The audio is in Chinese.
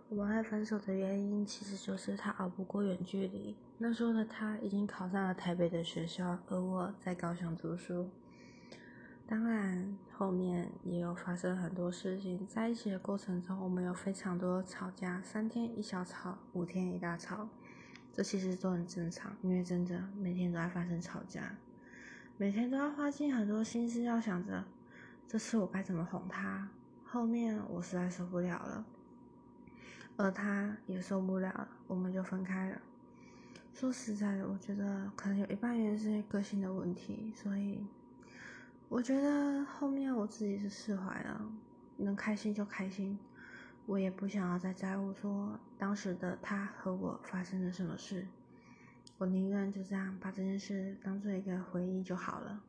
我们会分手的原因其实就是他熬不过远距离。那时候的他已经考上了台北的学校，而我在高雄读书。当然后面也有发生很多事情，在一起的过程中我们有非常多吵架，3天一小吵，5天一大吵，这其实都很正常，因为真的每天都在发生吵架，每天都要花尽很多心思要想着这次我该怎么哄他。后面我实在受不了了，而他也受不了了，我们就分开了。说实在的，我觉得可能有一半原因是个性的问题，所以我觉得后面我自己是释怀了，能开心就开心，我也不想要再在乎说当时的他和我发生了什么事，我宁愿就这样把这件事当做一个回忆就好了。